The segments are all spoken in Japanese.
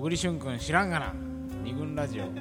栗旬くん知らんがな二軍ラジオ。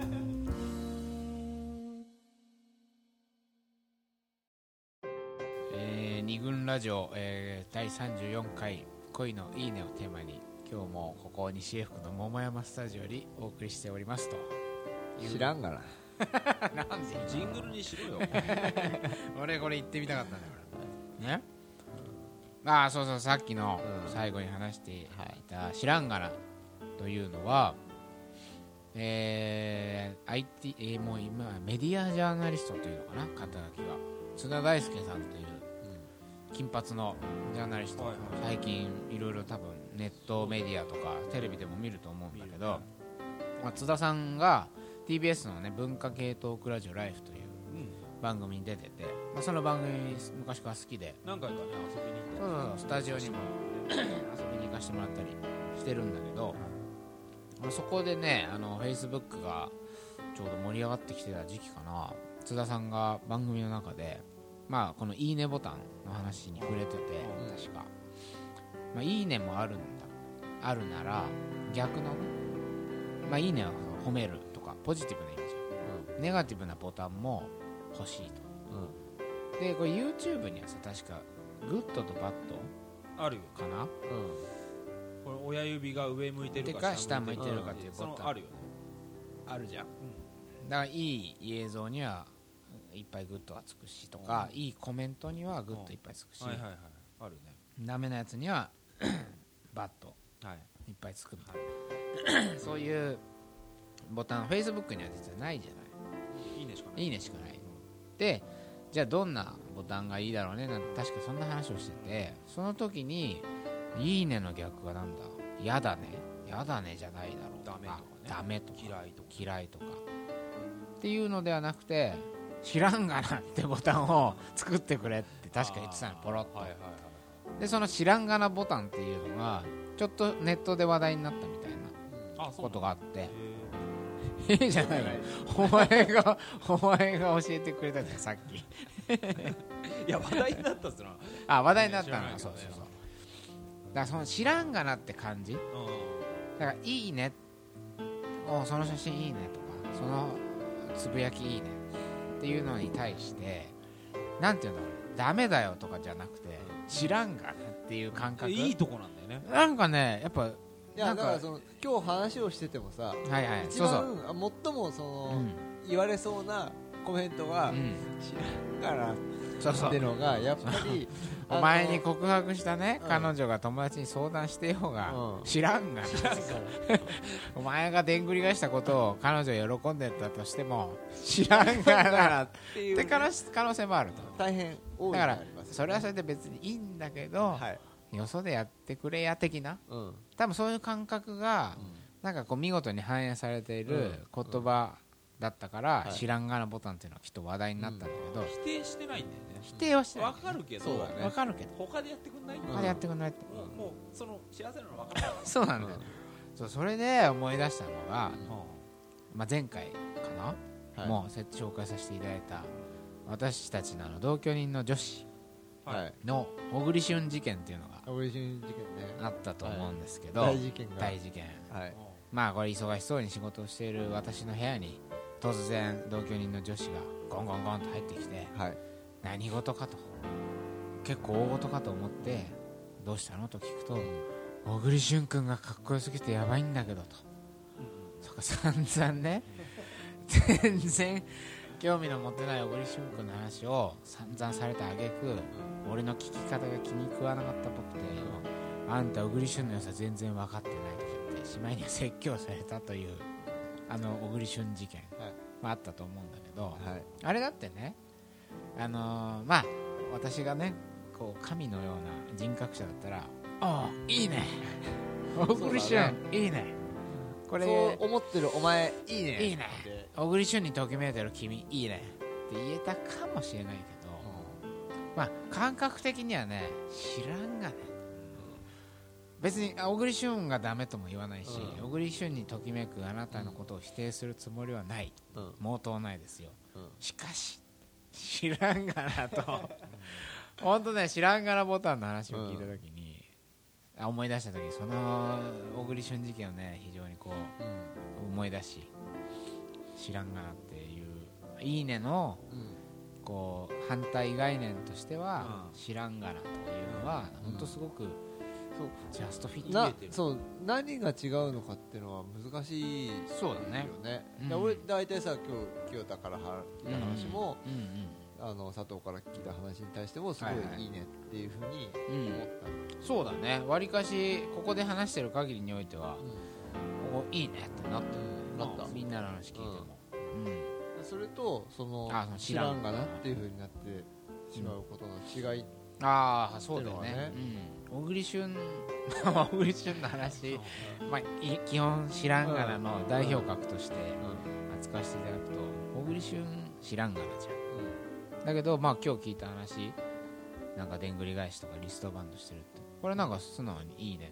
二軍ラジオ、第34回恋のいいねをテーマに今日もここ西江福の桃山スタジオよりお送りしておりますと。 知らんがななんでジングルにしろよ俺これ言ってみたかったんだからね。ああそうそう、さっきの最後に話していた知らんがなというのは、IT、もう今メディアジャーナリストというのかな、肩書きが津田大介さんという金髪のジャーナリスト、最近いろいろ多分ネットメディアとかテレビでも見ると思うんだけど、津田さんが TBS のね文化系トークラジオライフという番組に出てて、その番組昔から好きで何回かね遊びに行って、 そうスタジオにも遊びに行かせてもらったりしてるんだけど、そこでねFacebook がちょうど盛り上がってきてた時期かな。津田さんが番組の中でこのいいねボタンの話に触れてて、確かいいねもあるなら逆のね、いいねは褒めるとかポジティブな意味じゃん、ネガティブなボタンも欲しいと、でこれ YouTube にはさ確かグッドとバッドあるよかな、 これ親指が上向いてるか下向いてるかっていうボタンあるよね、 あるじゃん、だからいい映像にはいっぱいグッドがつくしとか、いいコメントにはグッドいっぱいつくし、 あるね、 ダメなやつにはバッドいっぱいつくんだ、そういうボタン Facebook には実はないじゃない、 いいねしかない、 いいねしかない、でじゃあどんなボタンがいいだろうねなんて確かそんな話をしてて、その時にいいねの逆がなんだ、やだねじゃないだろう、ダメとか嫌いとかっていうのではなくて、知らんがなってボタンを作ってくれって確か言ってたの、ポロッと、でその知らんがなボタンっていうのがちょっとネットで話題になったみたいなことがあって、いいじゃない、お前が教えてくれたじゃんさっきいや話題になったっすな話題になったの、そうだからその知らんがなって感じ、だからいいね、その写真いいねとか、そのつぶやきいいねっていうのに対してなんていうんだろう、ダメだよとかじゃなくて知らんがなっていう感覚、 いいとこなんだよね、 なんかねやっぱ、 いやだから今日話をしててもさ、一番最も言われそうなコメントは、知らんがなってのがやっぱりお前に告白したね、彼女が友達に相談してようが、知らんがなお前がでんぐり返したことを彼女喜んでたとしても知らんがなって可能性もあると、 大変多い、 だからそれはそれで別にいいんだけど、よそでやってくれや的な、多分そういう感覚がなんかこう見事に反映されている言葉だったから、知らんがなボタンっていうのはきっと話題になったんだけど、 否定してないんだよね、 否定はしてない、 分かるけど、他でやってくんない、 他でやってくんないって、 もうその幸せなの分かるからそうなんだよ、それで思い出したのが、前回かな、もう紹介させていただいた私たちの同居人の女子の小栗旬事件っていうのがあったと思うんですけど、大事件、これ忙しそうに仕事をしている私の部屋に突然同居人の女子がゴンゴンゴンと入ってきて、何事かと、結構大事かと思って、どうしたのと聞くと、小栗旬君がかっこよすぎてやばいんだけどと、そっか散々ね全然興味の持てない小栗旬君の話を散々された挙句、俺の聞き方が気に食わなかったっぽくて、あんた小栗旬の良さ全然分かってないと言ってしまいには説教されたという小栗旬事件、あったと思うんだけど、あれだってね、私がねこう神のような人格者だったら、いいね小栗旬いいね、これそう思ってるお前いいね、 いいね、小栗旬にときめいてる君いいねって言えたかもしれないけど、感覚的にはね知らんがね、別に小栗旬がダメとも言わないし、小栗旬にときめくあなたのことを否定するつもりはない、毛頭ないですよ、しかし知らんがなと本当ね、知らんがなボタンの話を聞いたときに、 思い出した時その小栗旬事件をね非常にこう、思い出し知らんがなっていういいねの、こう反対概念としては、知らんがなというのは、本当すごくジャストフィット見えてる。 そう何が違うのかっていうのは難しいよね。 そうだね、 俺大体さ今日清田から聞いた話も、佐藤から聞いた話に対してもすごいいいねっていうふうに思った、 そうだね。わりかしここで話してる限りにおいては、いいねってなったみんなの話聞いても、 それとその知らんがなっていうふうになってしまうことの違い。 そうだよね。小栗旬小栗旬の話、基本知らんがなの代表格として扱わせていただくと、小栗旬知らんがなじゃん。だけど今日聞いた話、なんかでんぐり返しとかリストバンドしてるって、これなんか素直にいいねって、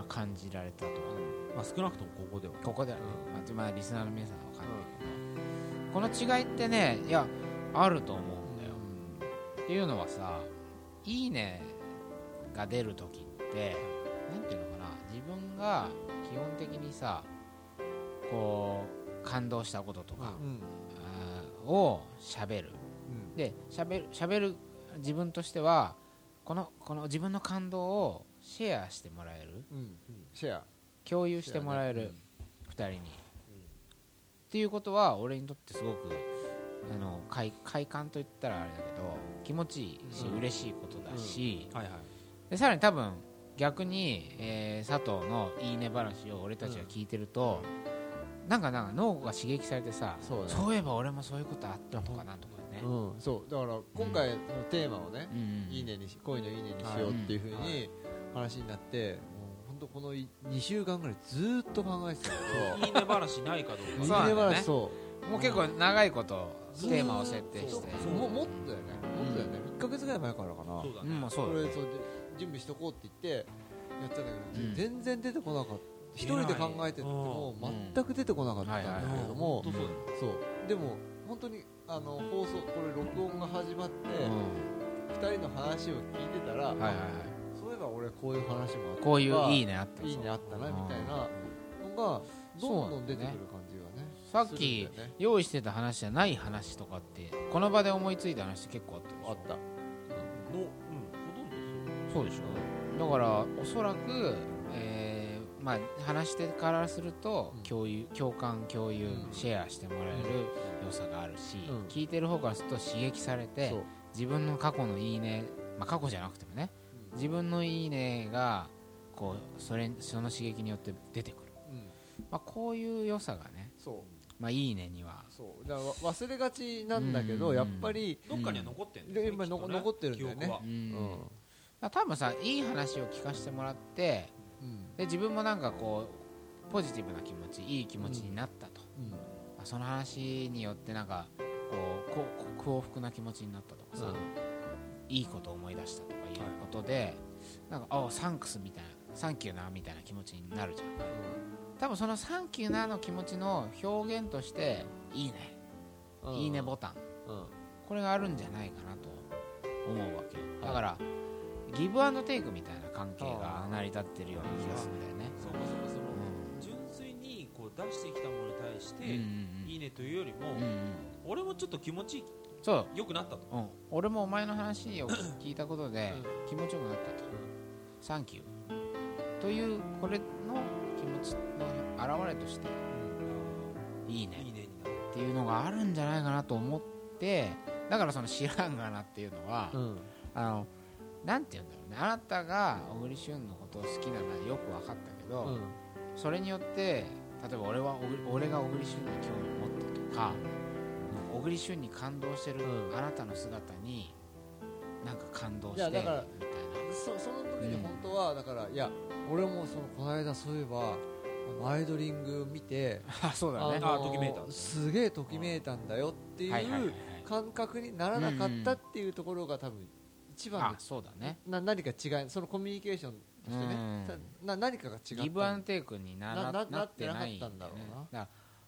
感じられたとか、 少なくともここではね、リスナーの皆さんは分かんないけど、この違いってね、いやあると思うんだよ。っていうのはさ、いいねが出るときってなんていうのかな、自分が基本的にさこう感動したこととか、を喋る、で喋る自分としてはこの自分の感動をシェアしてもらえる、共有してもらえる、2人に、っていうことは俺にとってすごく快感といったらあれだけど気持ちいいし、嬉しいことだし、でさらに多分逆に、佐藤のいいね話を俺たちが聞いてると、なんか脳が刺激されてさ、そういえば俺もそういうことあったのかなとかね、 そうだから今回のテーマをね、いいねに恋のいいねにしようっていう風に話になって、本当この2週間ぐらいずっと考えてたけどいいね話ないかどうか、いいね話、 もう結構長いことテーマを設定して、 もっとだよね、1ヶ月ぐらい前からかな。 そうだね、 準備しとこうって言ってやってたんだけど、全然出てこなかった。一人で考えてても全く出てこなかったんだけれども、でも本当に放送、これ録音が始まって2人の話を聞いてたら、そういえば俺こういう話もあった、 こういういいねあったなみたいなのがどんどん出てくる感じがね。 さっき用意してた話じゃない話とかってこの場で思いついた話って結構あったでしょ。 あった。 そうでしょ。だからおそらく、話してからすると共感共有、シェアしてもらえる良さがあるし、聞いてる方からすると刺激されて、自分の過去のいいね、過去じゃなくてもね、自分のいいねがこうその刺激によって出てくる、こういう良さがね、いいねにはだから忘れがちなんだけど、やっぱりどっかには残ってるんだよね、 残ってるんだよね。 多分さ、いい話を聞かせてもらって、で自分もなんかこうポジティブな気持ち、いい気持ちになったと、その話によってなんかこう幸福な気持ちになったとかさ、いいことを思い出したとかいうことで、なんかサンクスみたいな、サンキューなみたいな気持ちになるじゃん。多分そのサンキューなの気持ちの表現としていいね、いいねボタン、これがあるんじゃないかなと思うわけよ。だからギブアンドテイクみたいな関係が成り立ってるような気がするんだよね。 純粋にこう出してきたものに対していいねというよりも、俺もちょっと気持ち良くなったと、 俺もお前の話を聞いたことで気持ちよくなったと、サンキューというこれの気持ちの表れとして、いいねっていうのがあるんじゃないかなと思って、だからその知らんがなっていうのは、なんて言うんだろうね、あなたが小栗旬のことを好きなのはよく分かったけど、それによって例えば俺が小栗旬に興味を持ったとか、小栗旬に感動してるあなたの姿になんか感動してみたいな、 その時に本当はだから、いや俺もこの間そういえばアイドリング見てそうだね、 ときめいた、 すげえときめいたんだよっていう感覚にならなかったっていうところが多分一番そうだね、 何か違い、そのコミュニケーションとしてね、何かが違った、 ギブアンドテイクになってないんだよね。 なってなかったんだろうな。 だから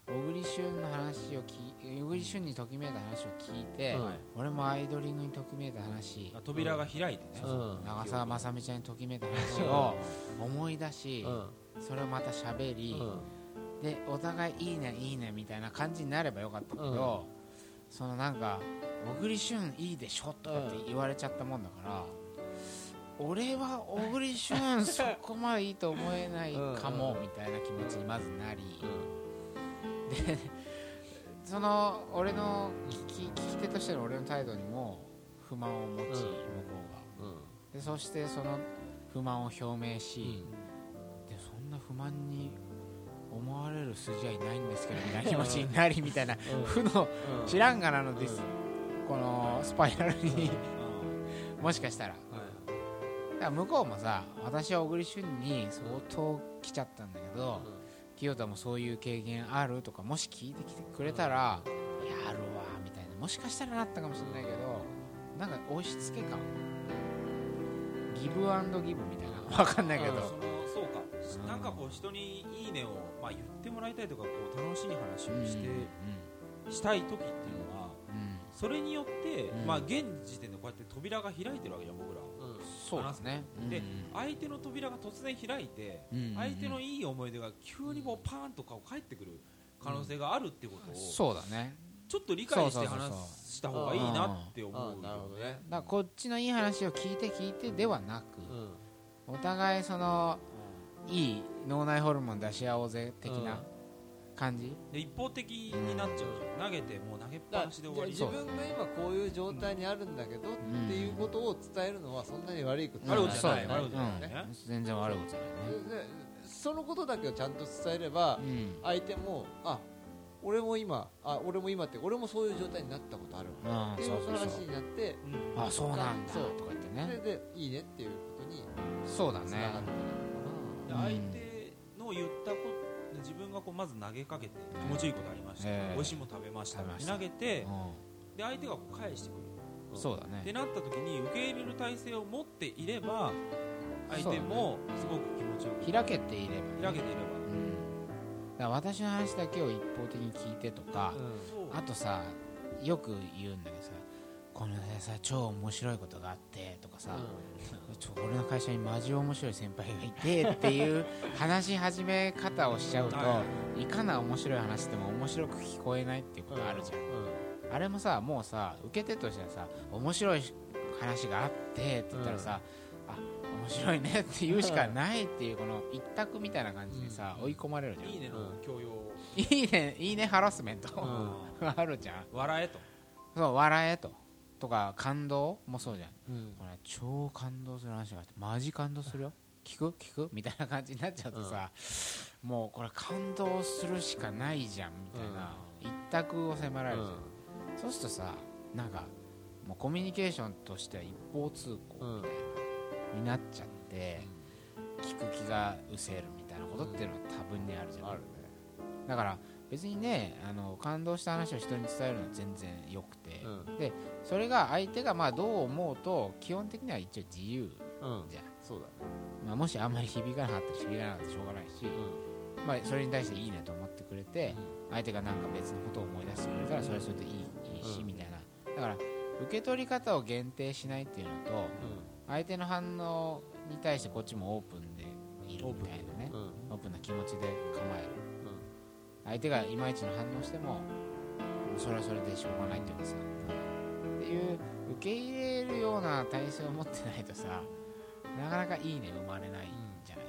小栗旬の話を小栗旬にときめいた話を聞いて、俺もアイドリングにときめいた話、 扉が開いてね、 長澤まさみちゃんにときめいた話を思い出し、それをまた喋り、でお互いいいねいいねみたいな感じになればよかったけど、そのなんか小栗旬いいでしょとかって言われちゃったもんだから、俺は小栗旬そこまでいいと思えないかもみたいな気持ちにまずなり、でその俺の聞き手としての俺の態度にも不満を持ち、向こうが、でそしてその不満を表明し、でそんな不満に思われる筋合いないんですけどみたいな気持ちになりみたいな負の知らんがなのです、このスパイラルにもしかしたら、だから向こうもさ、私は小栗旬に相当来ちゃったんだけど、清田もそういう経験あるとかもし聞いてきてくれたら、やるわみたいな、もしかしたらなったかもしれないけど、なんか押し付け感、ギブアンドギブみたいな、分かんないけど、 そうか、なんかこう人にいいねを、言ってもらいたいとか、こう楽しい話をして、したい時っていうのは、それによって、現時点でこうやって扉が開いてるわけじゃん、僕ら。 そうですね。 で、相手の扉が突然開いて、相手のいい思い出が急にもうパーンと返ってくる可能性があるってことを、 そうだね。 ちょっと理解して話した方がいいなって思う。 なるほどね。 だからこっちのいい話を聞いてではなく、お互いそのいい脳内ホルモン出し合おうぜ的な感じで、一方的になっちゃうじゃん。投げてもう投げっぱなしで終わり。 自分が今こういう状態にあるんだけどっていうことを伝えるのはそんなに悪いことじゃない。 悪いことじゃないね。 全然悪いことじゃないね。 そのことだけをちゃんと伝えれば、相手も俺も今って俺もそういう状態になったことあるっていう話になって、 そうなんだとか言ってね、 でいいねっていうことにそうだね。 相手の言ったこと自分がこうまず投げかけて気持ちいいことありました、美味しいもの食べましたって投げて、で相手がこう返してくる、 そうだねってなった時に受け入れる体制を持っていれば相手もすごく気持ちよく開けていれば、 だから私の話だけを一方的に聞いてとか、あとさ、よく言うんだけどさ、このさ超面白いことがあってとかさ、俺の会社にマジ面白い先輩がいてっていう話し始め方をしちゃうと、いかな面白い話でも面白く聞こえないっていうことあるじゃん。あれもさ、もうさ、受け手としてはさ、面白い話があってって言ったらさ、面白いねって言うしかないっていう、この一択みたいな感じでさ、追い込まれるじゃん。 いいねの強要、 いいねハラスメントあるじゃん。 笑えと、 そう笑えとか感動もそうじゃん、これ超感動する話があって、マジ感動するよ、聞くみたいな感じになっちゃうとさ、もうこれ感動するしかないじゃんみたいな、一択を迫られるじゃん、そうするとさ、なんかもうコミュニケーションとしては一方通行みたいな、になっちゃって、聞く気が失せるみたいなことっていうのは多分にあるじゃん、だから別にね、感動した話を人に伝えるのは全然よくて、でそれが相手がどう思うと基本的には一応自由じゃん、 そうだね。 もしあんまり響かなかったら響かなかったらしょうがないし、それに対していいねと思ってくれて、相手がなんか別のことを思い出してくれたらそれはそれでいいし、みたいな。だから受け取り方を限定しないっていうのと、相手の反応に対してこっちもオープンでいるみたいなね、オープンな気持ちで構える、相手がいまいちの反応してもそれはそれでしょうがないっていうかさ、っていう受け入れるような体制を持ってないとさ、なかなかいいね生まれないんじゃないか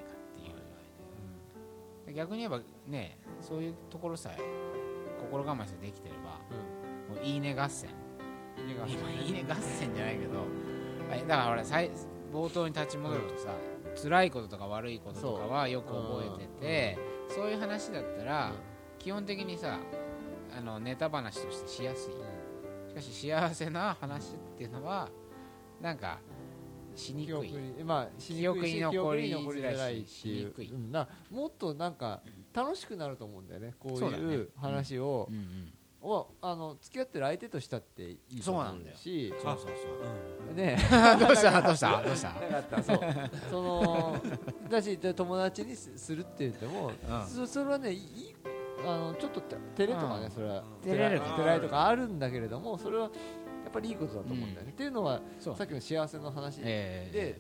っていう、逆に言えばね、そういうところさえ心構えさえできてれば、もういいね合戦、今いいね合戦じゃないけど、だから俺冒頭に立ち戻るとさ、辛いこととか悪いこととかはよく覚えてて、そういう話だったら基本的にさ、ネタ話としてしやすい、しかし幸せな話っていうのはなんかしにくい、記憶に残りづらいし、しにくい、 もっとなんか楽しくなると思うんだよね、こういう話を、付き合ってる相手としたっていいと思うし、ね、 どうしただし友達にするって言っても、それはね、 ちょっと照れとかね、それは照れる照らいとかあるんだけれども、それはやっぱりいいことだと思うんだよね、っていうのはさっきの幸せの話で、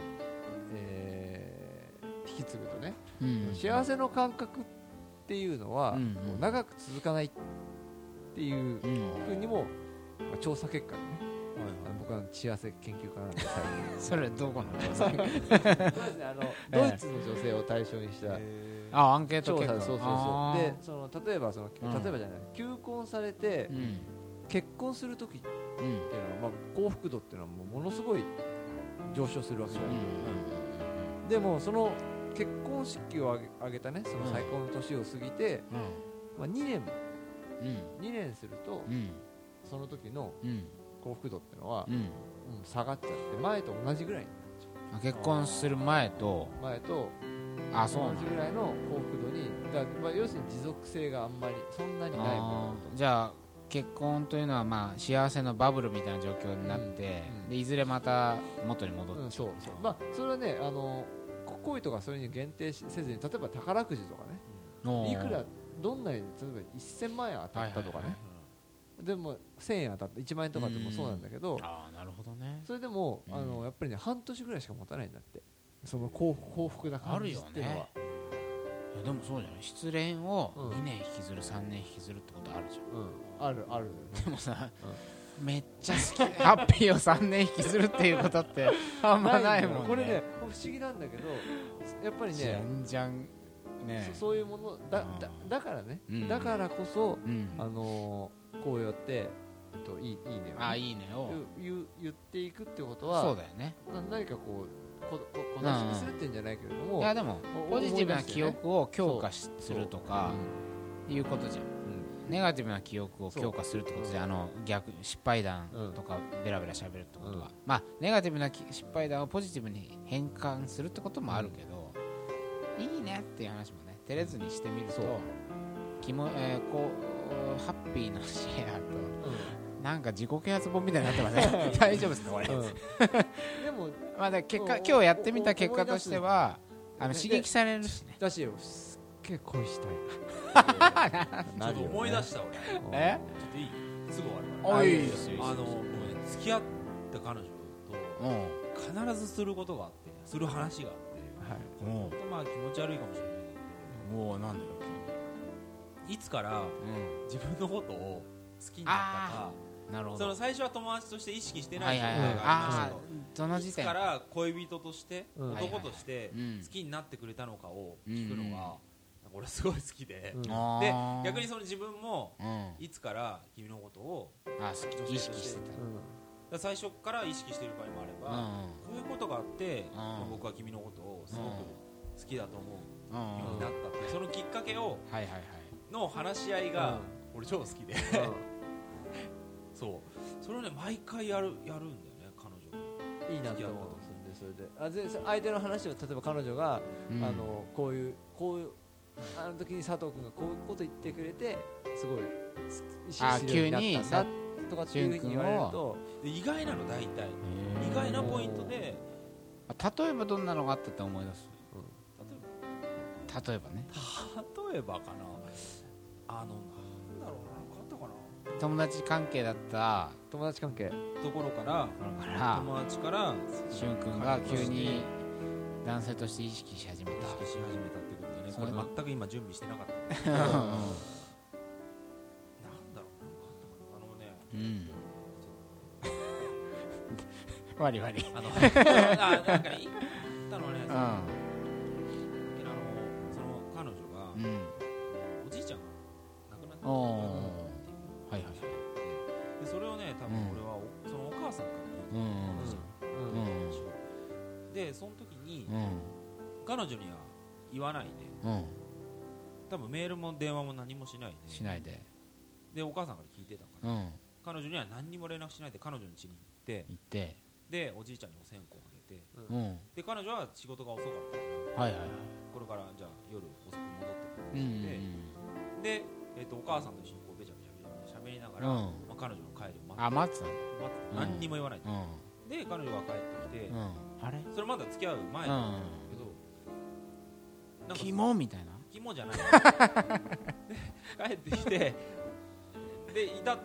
引き継ぐとね、幸せの感覚っていうのは、長く続かないっていうふうにも、調査結果でね、僕は幸せ研究家なんでそれどこの調査ドイツの女性を対象にしたアンケート調査。 結果。 で例えばじゃない求婚されて結婚する時っていうのは、幸福度っていうのはものすごい上昇するわけじゃない、でもその結婚式を挙げたね、その最高の年を過ぎて、2年すると、その時の幸福度っていうのは、下がっちゃって前と同じぐらいになっちゃう。 結婚する前と同じぐらいの幸福度に要するに持続性があんまりそんなにないものだと。 じゃあ結婚というのは幸せのバブルみたいな状況になって、でいずれまた元に戻って、 それはね、恋とかそれに限定せずに、例えば宝くじとかね、いくらどんなに例えば1000万円当たったとかね、でも1000円当たった1万円とかでもそうなんだけど、 なるほどね。 それでもやっぱりね、半年ぐらいしか持たないんだって、その幸福な感じっていうのは。 でもそうじゃない、失恋を2年引きずる3年引きずるってことあるじゃん。 あるでもさ、めっちゃ好きハッピーを3年引きずるっていうことってあんまないもんね。 これね不思議なんだけど、やっぱりねじゃんね、 そういうものだからね、だからこそ、こうやっていいねを言っていくってことは、 そうだよね。 何かこう小出しにするってんじゃないけれども、 いやでもポジティブな記憶を強化するとかいうことじゃん。ネガティブな記憶を強化するってことじゃん。逆失敗談とかベラベラ喋るってことは、ネガティブな失敗談をポジティブに変換するってこともあるけど、いいねっていう話もね、照れずにしてみると、こうハッピーのシェアと、なんか自己啓発本みたいになってますね。大丈夫ですかこれ。でも今日やってみた結果としては刺激されるしね。 だしすっげえ恋したい。 ちょっと思い出した俺。ちょっといい？すぐ終わるから。 いいですよ。 付き合った彼女と必ずすることがあって、する話があって、本当気持ち悪いかもしれないけど、 なんだろう、いつから自分のことを好きになったか。 なるほど。 その最初は友達として意識してない状態がありましたけど、いつから恋人として男として好きになってくれたのかを聞くのが俺すごい好きで、で逆にその自分もいつから君のことを意識してた、最初から意識している場合もあれば、こういうことがあって僕は君のことをすごく好きだと思うようになったって、そのきっかけをの話し合いが俺超好きで、そうそれをね毎回やるんだよね、彼女。 いいなと思うんですよ。それで相手の話を、例えば彼女がこういうあの時に佐藤君がこういうこと言ってくれてすごい意識するようになったんだとかっていうふうに言われると、 意外なの、大体意外なポイントで、 例えばどんなのがあったって思い出す？例えばね、 例えばかな、なんだろうな、なんかあったかな。 友達関係だった友達関係ところから友達からしゅん君が急に男性として意識し始めたってことでね、これ全く今準備してなかったなんだろう、なんかあったかな、 わりわりなんかね、言ったのね、その彼女がおじいちゃんが亡くなってはいはいはい。 でそれをね、多分俺はそのお母さんから聞いたで、その時に彼女には言わないで、多分メールも電話も何もしないででお母さんから聞いてたから、彼女には何にも連絡しないで彼女の家に行ってでおじいちゃんにお線香をあげて、で彼女は仕事が遅かったから、これからじゃあ夜遅く戻ってくるってで、お母さんと一緒にこうべちゃべちゃ喋りながら、彼女の帰りを待って何にも言わないで、彼女が帰ってきて、 あれそれまだ付き合う前なんだけど、 肝みたいな、 肝じゃない帰ってきてでいたと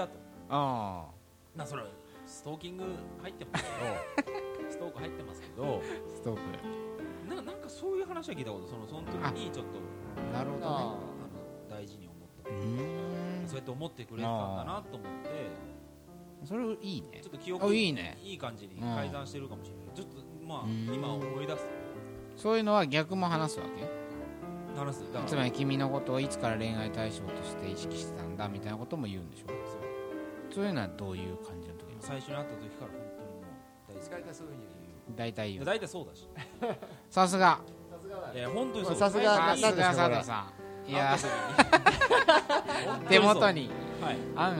それストーキング入ってますけどストーク入ってますけどストークなんかそういう話は聞いたことその時にちょっとなるほどね大事に思ったそうやって思ってくれてたんだなと思ってそれいいねちょっと記憶いいねいい感じに改ざんしてるかもしれないちょっとまあ今思い出すそういうのは逆も話すわけ話すつまり君のことをいつから恋愛対象として意識してたんだみたいなことも言うんでしょそういうのはどういう感じの時最初に会った時から本当にもう大好きそういうふうに大体言う大体そうだしさすがいや本当にそうさすが佐藤さんいや手元にあん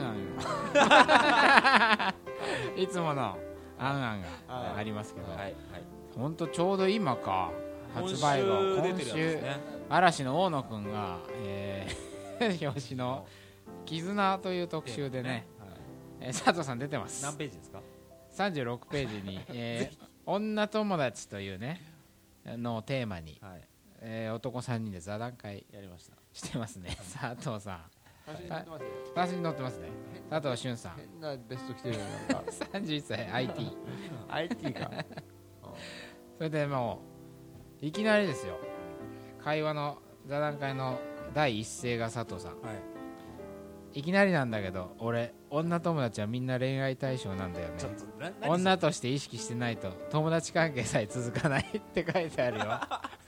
あんいつものあんあんがありますけど本当ちょうど今か発売後今週嵐の大野くんが表紙の絆という特集でね佐藤さん出てます何ページですか 36ページに女友達というねのテーマに男3人で座談会やりましたしてますね佐藤さん写真載ってますよ写真載ってますね佐藤俊さん変なベスト着てるよなんか 31歳 IT かそれでもういきなりですよ会話の座談会の第一声が佐藤さん、いきなりなんだけど俺女友達はみんな恋愛対象なんだよね女として意識してないと友達関係さえ続かないって書いてあるよ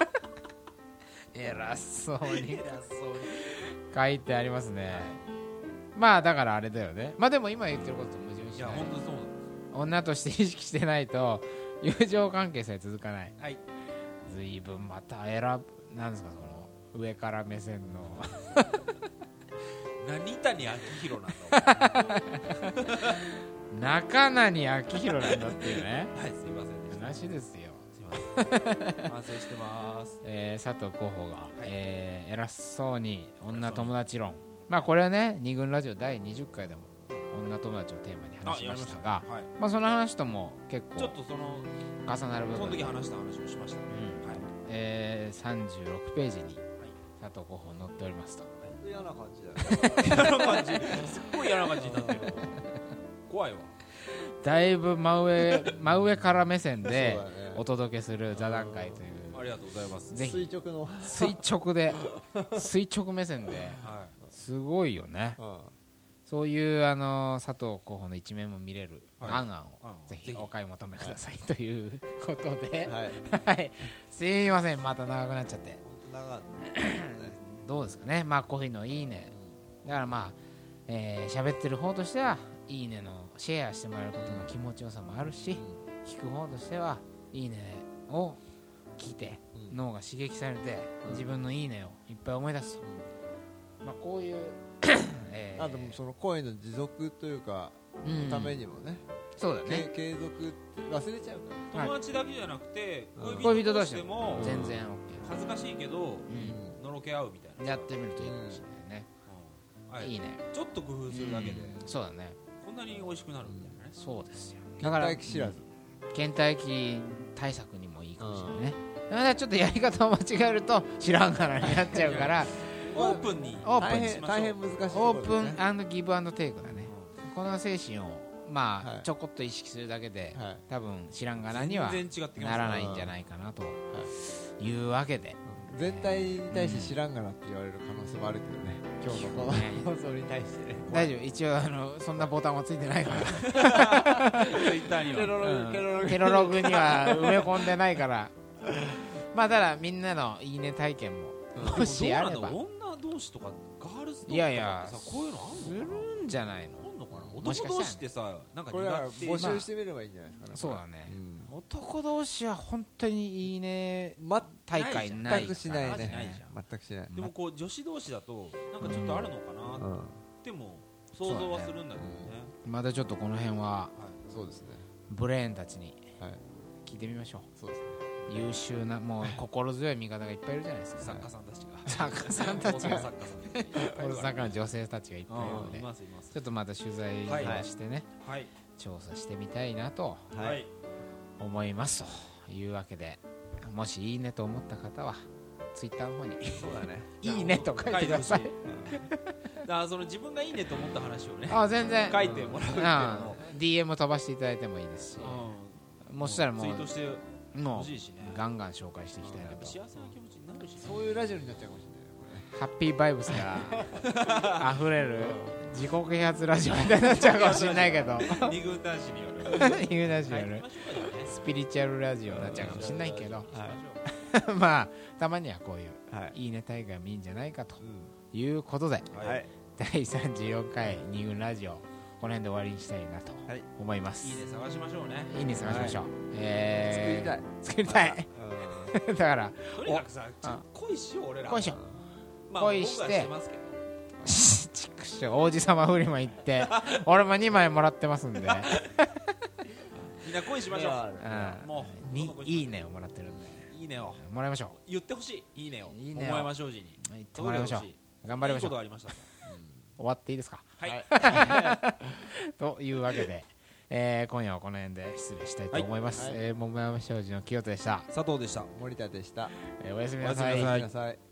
偉そうに書いてありますねまあだからあれだよねまあでも今言ってることと矛盾しないいや本当そう女として意識してないと友情関係さえ続かないずいぶんまたなんですかその上から目線の何谷昭弘なんだ中谷昭弘なんだっていうねはいすいませんでした話ですよすいません反省してます佐藤候補が、偉そうに女友達論まあこれはね二軍ラジオ第20回でも女友達をテーマに話しましたがまあその話とも結構ちょっとその重なる部分その時話した話をしました 36ページに佐藤候補載っておりますと嫌な感じだよ嫌な感じすっごい嫌な感じになってる怖いわだいぶ真上から目線でお届けする座談会というありがとうございますぜひ垂直目線ですごいよねそういう佐藤候補の一面も見れる案をぜひお買い求めくださいということですいませんまた長くなっちゃってどうですかねまあこういうのいいねだからまあ喋ってる方としてはいいねのシェアしてもらえることの気持ちよさもあるし聞く方としてはいいねを聞いて脳が刺激されて自分のいいねをいっぱい思い出すとまあこういうあとその声の持続というかためにもねそうだね継続忘れちゃうから友達だけじゃなくて恋人同士でも全然 OK 恥ずかしいけどのろけ合うみたいなやってみるといいかもしれないねいいねちょっと工夫するだけでそうだねこんなに美味しくなるみたいなねそうですよだから倦怠期知らず倦怠期対策にもいいかもしれないねだからちょっとやり方を間違えると知らんがなになっちゃうからオープンに大変難しいオープン&ギブ&テイクだねこの精神をまあちょこっと意識するだけで多分知らんがなにはならないんじゃないかなというわけで全体に対して知らんがなって言われる可能性もあるけどね今日のこの放送に対してね大丈夫一応そんなボタンはついてないからツイッターにはケロログには埋め込んでないからまあただみんなのいいね体験ももしあれば女同士とかガールズとかいやいやこういうのあんのかなするんじゃないの男同士ってさなんかこれは募集してみればいいんじゃないですかねそうだね男同士は本当にいいね大会ない全くしないね全くしないでもこう女子同士だとなんかちょっとあるのかなでも想像はするんだけどねまだちょっとこの辺はそうですねブレーンたちに聞いてみましょうそうですね優秀なもう心強い味方がいっぱいいるじゃないですか作家さんたちが作家さんたちが作家さん大阪の女性たちがいっぱいいるのでちょっとまた取材してね調査してみたいなと思いますというわけでもしいいねと思った方はツイッターの方にいいねと書いてくださいだからその自分がいいねと思った話をね全然書いてもらうっていうのを DM 飛ばしていただいてもいいですし、もうしたらもうツイートしてほしいしね、 ガンガン紹介していきたいなと。 幸せな気持ちになるし、 そういうラジオになっちゃうかもしれない。 ハッピーバイブスが溢れる自己啓発ラジオみたいになっちゃうかもしれないけど二軍男子による二軍男子によるスピリチュアルラジオになっちゃうかもしれないけどまあたまにはこういういいね大会もいいんじゃないかということで、第34回二軍ラジオこの辺で終わりにしたいなと思います。 いいね探しましょうね。 いいね探しましょう。 作りたいだからとにかくさ恋しよう俺ら。 恋しよう。 まあ恋して僕はしてますけどちくしょう王子様フリマ行って俺も2枚もらってますんでみんな恋しましょう。もういいねをもらってるんでいいねをもらいましょう。 言ってほしい。いいねをいいねを思いましょう時に言ってもらいましょう。頑張りましょう。 いいことありました。 終わっていいですか。 はいというわけで今夜はこの辺で失礼したいと思います。桃山商事の清人でした。 佐藤でした。 森田でした。 おやすみなさい。 おやすみなさい。